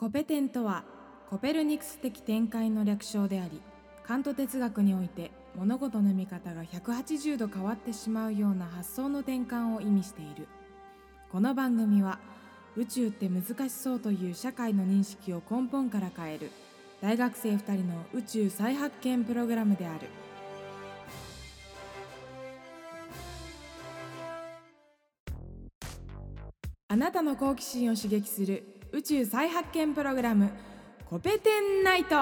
コペテンとはコペルニクス的展開の略称であり、カント哲学において物事の見方が180度変わってしまうような発想の転換を意味している。この番組は宇宙って難しそうという社会の認識を根本から変える大学生2人の宇宙再発見プログラムである。あなたの好奇心を刺激する宇宙再発見プログラム、コペテンナイト。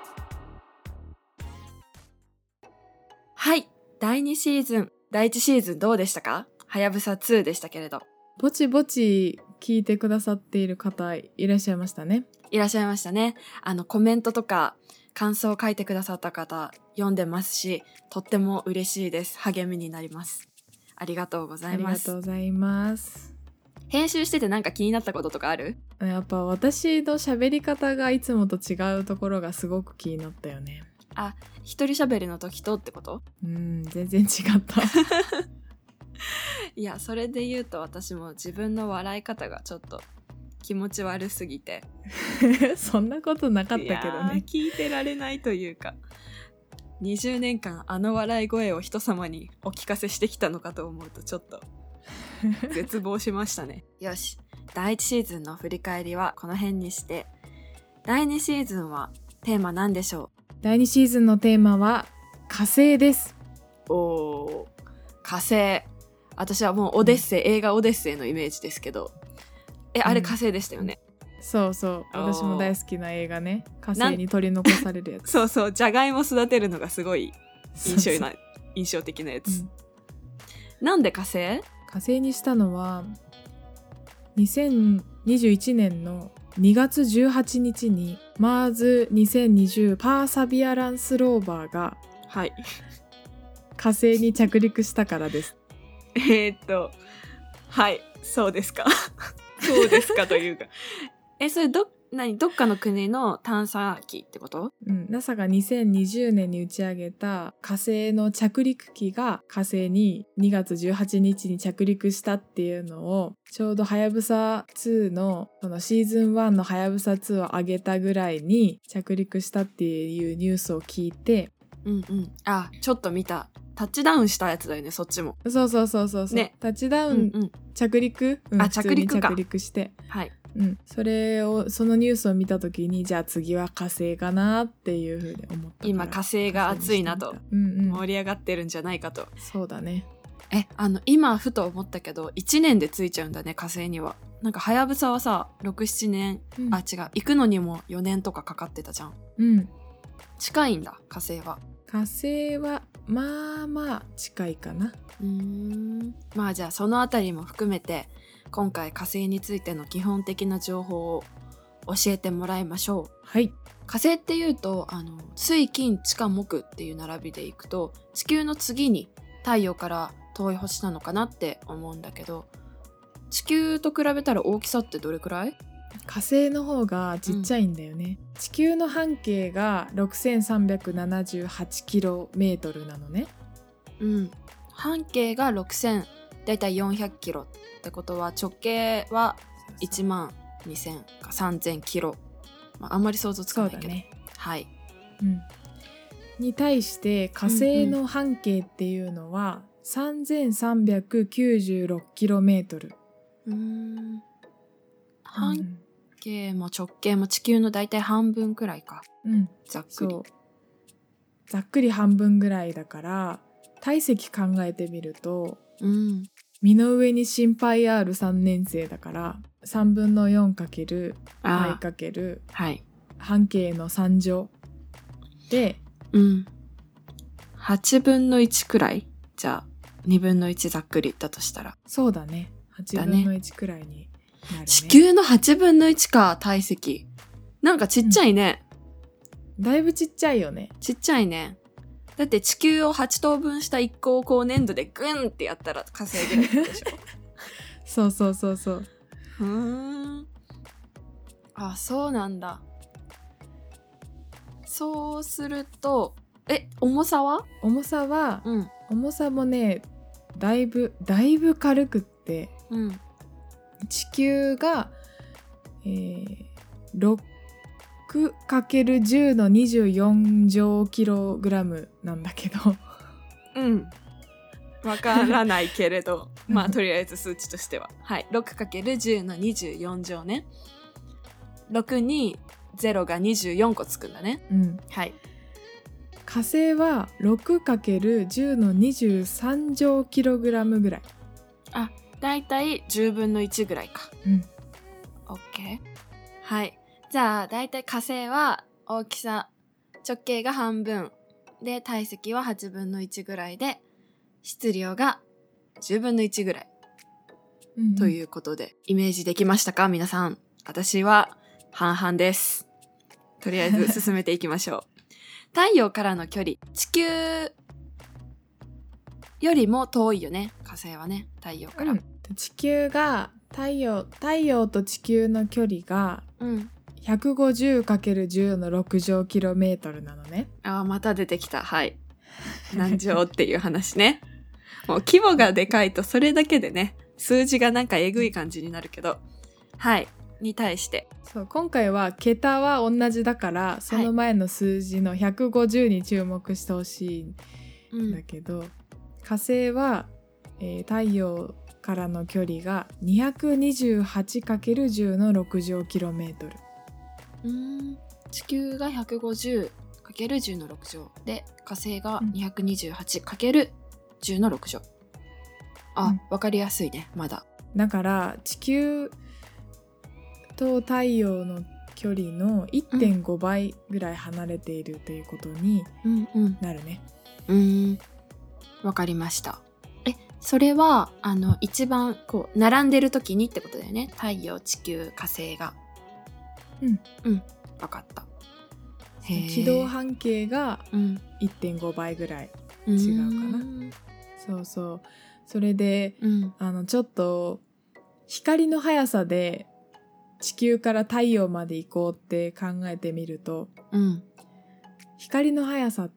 はい、第2シーズン、第1シーズンどうでしたか？はやぶさ2でしたけれど。 ぼちぼち聞いてくださっている方いらっしゃいましたね。 いらっしゃいましたね。コメントとか感想を書いてくださった方読んでますし、とっても嬉しいです。励みになります。ありがとうございます。 ありがとうございます。 編集しててなんか気になったこととかある？ やっぱ私の喋り方がいつもと違うところがすごく気になったよね。 あ、一人喋りの時とってこと？ 全然違ったいや、それで言うと私も自分の笑い方がちょっと気持ち悪すぎてそんなことなかったけどね。 聞いてられないというか、20年間あの笑い声を人様にお聞かせしてきたのかと思うとちょっと絶望しましたね。よし、第1シーズンの振り返りはこの辺にして、第2シーズンはテーマ何でしょう？ 第2シーズンのテーマは火星です。 おー、火星。私はもうオデッセイ、映画オデッセイのイメージですけど、あれ火星でしたよね。 そうそう、私も大好きな映画ね。火星に取り残されるやつ。 そうそう、じゃがいも育てるのがすごい印象的なやつ。なんで火星？ 火星にしたのは2021年の2月18日にマーズ2020パーサビアランスローバーが火星に着陸したからです。 はい、そうですかそうですかというかそれどっかの国の探査機ってこと？ NASA が2020年に打ち上げた火星の着陸機が火星に2月18日に着陸したっていうのを、ちょうどはやぶさ2のそのシーズン1のはやぶさ2を上げたぐらいに着陸したっていうニュースを聞いて、 あ、ちょっと見た。タッチダウンしたやつだよね、そっちも。 そう、ね、タッチダウン、着陸、 着陸か。 着陸して、 はい。 そのニュースを見たときに、じゃあ次は火星かなっていうふうに思った。 今火星が熱いなと、盛り上がってるんじゃないかと。 そうだね。 今ふと思ったけど、1年で着いちゃうんだね、火星には。なんかはやぶさはさ、6、7年、違う、行くのにも4年とかかかってたじゃん。近いんだ、火星は。 火星はまあまあ近いかな。 まあじゃあそのあたりも含めて今回火星についての基本的な情報を教えてもらいましょう。 はい。 火星っていうと水金地下木っていう並びでいくと地球の次に太陽から遠い星なのかなって思うんだけど、地球と比べたら大きさってどれくらい？ 火星の方がちっちゃいんだよね。地球の半径が 6378km なのね。 半径が6000、だいたい400キロってことは直径は1万2000か3000キロ、あんまり想像つかないけど。そうだね。はい。 に対して火星の半径っていうのは 3396km。 半径も直径も地球のだいたい半分くらいか。ざっくり。 ざっくり半分ぐらいだから、体積考えてみると、身の上に心配ある3年生だから3分の4かける π かける半径の3乗で、 8分の1くらい、じゃあ2分の1ざっくりだとしたら。 そうだね、8分の1くらいになるね。 地球の8分の1か。体積なんかちっちゃいね。 だいぶちっちゃいよね。 ちっちゃいね。だって地球を8等分した1個をこう粘土でグンってやったら火星ぐらいでしょそう。 あ、そうなんだ。そうすると重さは？ 重さもね、だいぶ軽くって、地球が、 6×10 の24乗キログラムなんだけどわからないけれどまあとりあえず数値としてははい 6×10 の24乗ね。6に0が24個つくんだね。はい。 火星は 6×10 の23乗キログラムぐらい。 あ、だいたい10分の1ぐらいか。OK。はい。じゃあだいたい火星は大きさ直径が半分で体積は8分の1ぐらいで質量が10分の1ぐらい、ということでイメージできましたか皆さん。私は半々です。とりあえず進めていきましょう。太陽からの距離、地球よりも遠いよね、火星はね、太陽から。 地球が太陽と地球の距離が 150×10 の6乗キロメートルなのね。 また出てきた。はい。何乗っていう話ね。もう規模がでかいとそれだけでね、数字がなんかえぐい感じになるけど、はい。に対してそう今回は桁は同じだからその前の数字の150に注目してほしいんだけど、火星は、太陽からの距離が 228×10 の6乗キロメートル。 地球が 150×10 の6乗で火星が 228×10 の6乗。わかりやすいね。まだだから地球と太陽の距離の 1.5 倍ぐらい離れているということになるね。 わかりました。それは一番こう並んでる時にってことだよね。太陽、地球、火星が。わかった。 軌道半径が 1.5 倍ぐらい違うかな。そうそう。それで、ちょっと光の速さで地球から太陽まで行こうって考えてみると、光の速さって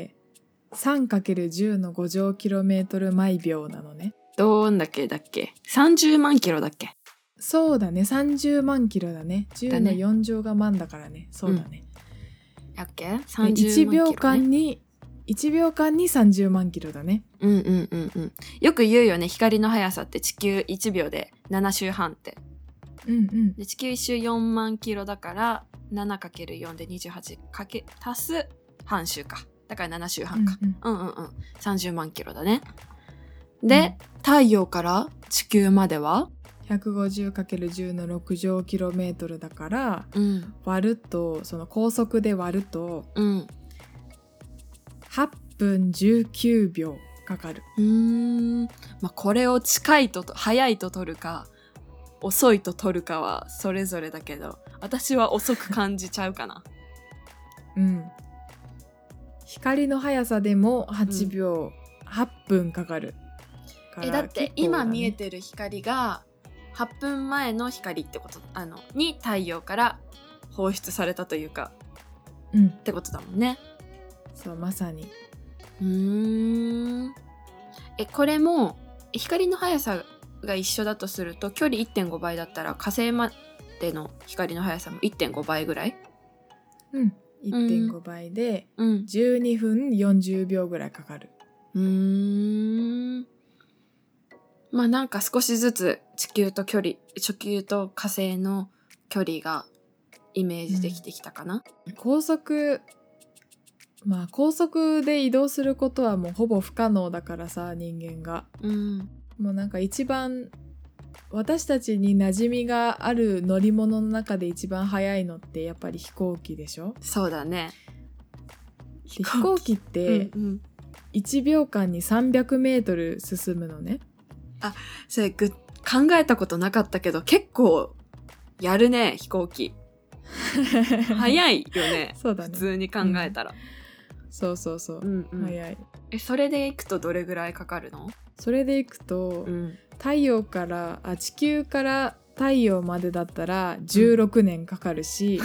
3×10 の5乗キロメートル毎秒なのね。 どんだけだっけ ?30 万キロだっけ？ そうだね、30万キロだね。10の4乗が万だからね。そうだね。 30万キロ、ね、 1秒間に30万キロだね。 よく言うよね、光の速さって地球1秒で7周半って。で地球1周4万キロだから 7×4 で28足す半周か。だから7周半か。30万キロだね。で、太陽から地球までは 150×10 の6乗キロメートルだから、割るとその高速で割ると、8分19秒かかる。 これを近いと早いと取るか遅いと取るかはそれぞれだけど、私は遅く感じちゃうかな。 光の速さでも8秒、8分かかるから、 だって今見えてる光が8分前の光ってことに太陽から放出されたというか、ってことだもんね。 そうまさに。 これも光の速さが一緒だとすると距離 1.5 倍だったら火星までの光の速さも 1.5 倍ぐらい 1.5 倍で12分40秒ぐらいかかる。 なんか少しずつ地球と火星の距離がイメージできてきたかな。 高速で移動することはもうほぼ不可能だからさ、人間が。もうなんか一番私たちに馴染みがある乗り物の中で一番速いのってやっぱり飛行機でしょ。 そうだね。 飛行機って1秒間に300メートル進むのね。 それ考えたことなかったけど結構やるね、飛行機。速いよね。 そうだね。 普通に考えたら。 そうそうそう、早い。 それで行くとどれぐらいかかるの？ それで行くと、地球から太陽までだったら16年かかるし、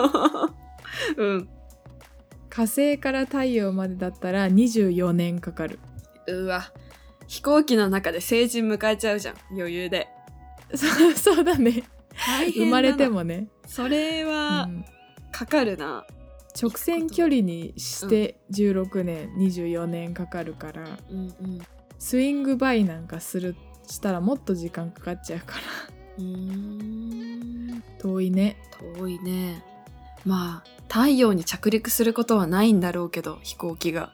火星から太陽までだったら24年かかる。 うわ、飛行機の中で成人迎えちゃうじゃん、余裕で。 そうだね。生まれてもね。 それは、 かかるな。 直線距離にして16年、24年かかるから、 うんうん、 スイングバイなんかしたらもっと時間かかっちゃうから遠いね。 遠いね。まあ太陽に着陸することはないんだろうけど、飛行機が、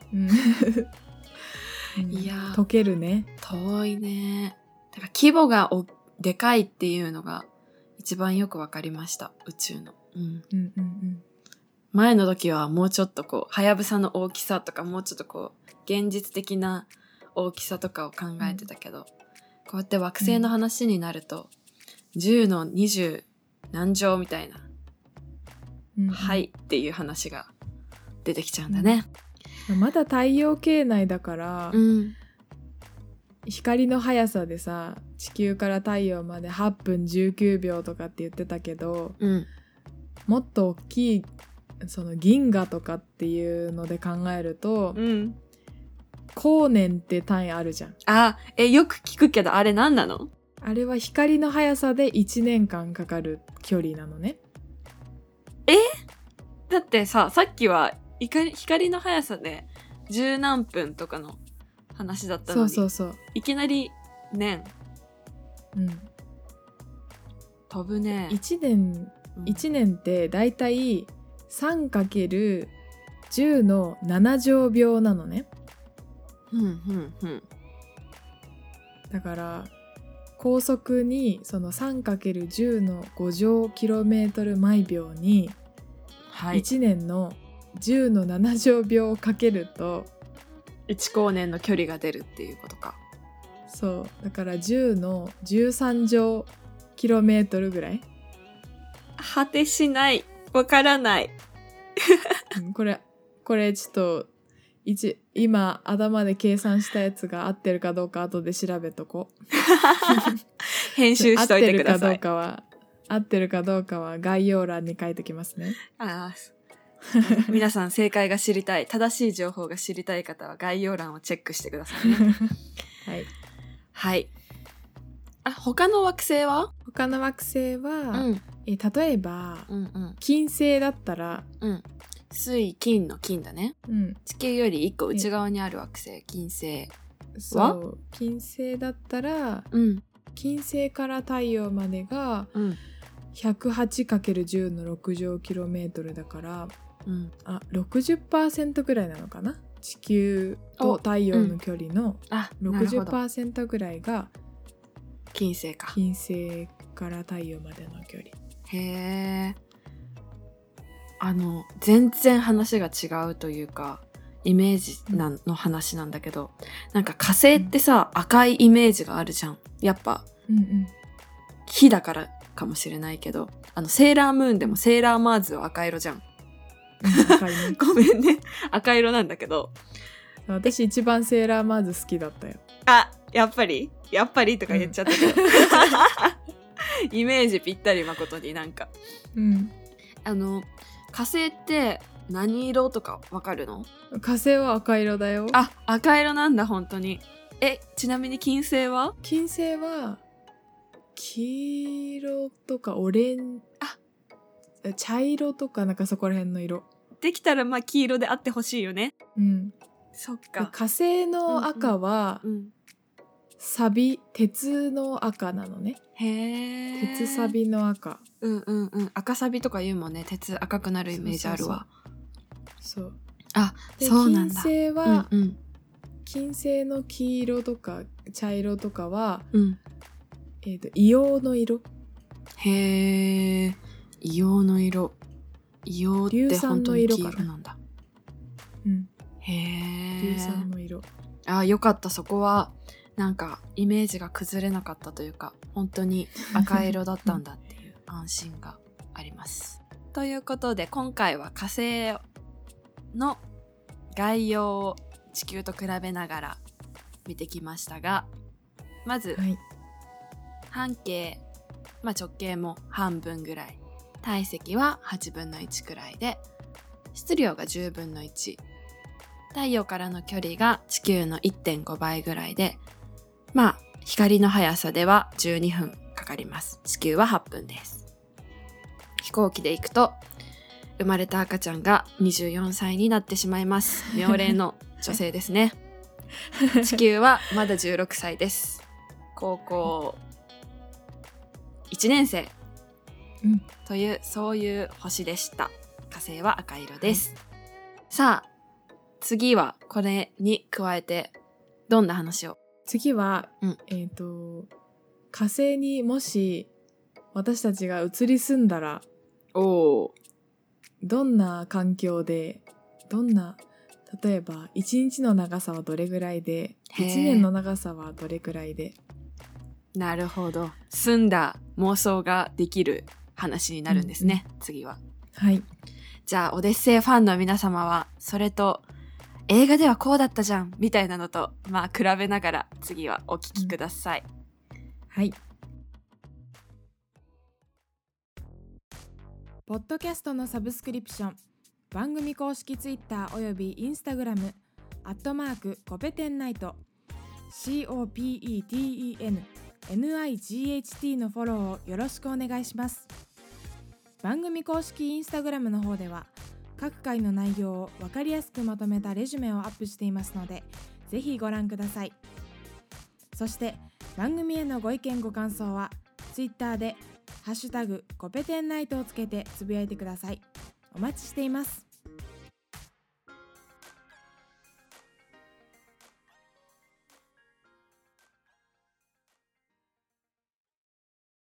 いや溶けるね。 遠いね。だから規模がでかいっていうのが一番よくわかりました、宇宙の。前の時はもうちょっとこうはやぶさの大きさとか、もうちょっとこう現実的な大きさとかを考えてたけど、こうやって惑星の話になると、10の20何乗みたいな、はいっていう話が出てきちゃうんだね。 まだ太陽系内だから、光の速さでさ、地球から太陽まで8分19秒とかって言ってたけど、もっと大きいその銀河とかっていうので考えると、光年って単位あるじゃん。 よく聞くけど、あれ何なの？ あれは光の速さで1年間かかる距離なのね。 だってさっきは光の速さで十何分とかの話だったのに、 そういきなり年、飛ぶね。 1年ってだいたい 3×10 の7乗秒なのね。だから高速にその 3×10 の5乗キロメートル毎秒に1年の10の7乗秒をかけると 1光年の距離が出るっていうことか。 そうだから10の13乗キロメートルぐらい。 果てしない。わからないこれちょっと今頭で計算したやつが合ってるかどうか後で調べとこう編集しといてください。 合ってるかどうかは概要欄に書いておきますね。 皆さん正しい情報が知りたい方は概要欄をチェックしてくださいねはい。他の惑星は？ 他の惑星は、例えば、金星だったら、 水金の金だね、地球より1個内側にある惑星、金星は？ 金星だったら、金星から太陽までが、108×10 の6乗キロメートルだから、60% ぐらいなのかな。地球と太陽の距離の 60% ぐらいが金星か。 金星から太陽までの距離。 へー。全然話が違うというか、イメージの話なんだけど、なんか火星ってさ、赤いイメージがあるじゃん。やっぱ、火だからかもしれないけど、セーラームーンでもセーラーマーズは赤色じゃん。ごめんね、赤色なんだけど、 私一番セーラーマーズ好きだったよ。 やっぱりとか言っちゃったけど、イメージぴったり誠に。なんか、火星って何色とかわかるの？ 火星は赤色だよ。 赤色なんだ、本当に。ちなみに金星は？ 金星は黄色とかオレンジ、茶色とかなんかそこら辺の色。 できたら黄色であってほしいよね。そっか。 火星の赤は、サビ、鉄の赤なのね。鉄サビの赤。 赤サビとか言うもんね。鉄赤くなるイメージあるわ。 そうなんだ。 金星は、金星の黄色とか茶色とかは、硫黄の色。 へー。硫黄の色。硫黄って本当に黄色なんだ。へー。 硫酸の色。 よかった。そこはなんかイメージが崩れなかったというか、本当に赤色だったんだっていう安心がありますということで、今回は火星の概要を地球と比べながら見てきましたが、まず、半径、直径も半分ぐらい、体積は8分の1くらいで、質量が10分の1、太陽からの距離が地球の 1.5 倍ぐらいで、光の速さでは12分かかります。地球は8分です。飛行機で行くと生まれた赤ちゃんが24歳になってしまいます。妙齢の女性ですね。地球はまだ16歳です。高校1年生という、そういう星でした。火星は赤色です。さあ、次はこれに加えてどんな話を？ 次は、火星にもし私たちが移り住んだら、どんな環境で、例えば1日の長さはどれぐらいで、1年の長さはどれくらいで。 なるほど。澄んだ妄想ができる話になるんですね、次は。 はい。 じゃあオデッセイファンの皆様はそれと映画ではこうだったじゃんみたいなのと比べながら次はお聞きください。 はい。ポッドキャストのサブスクリプション、番組公式ツイッターおよびインスタグラム@コペテンナイト COPETENNIGHT のフォローをよろしくお願いします。番組公式インスタグラムの方では各回の内容を分かりやすくまとめたレジュメをアップしていますので、ぜひご覧ください。そして番組へのご意見ご感想はツイッターでハッシュタグコペテンナイトをつけてつぶやいてください。お待ちしています。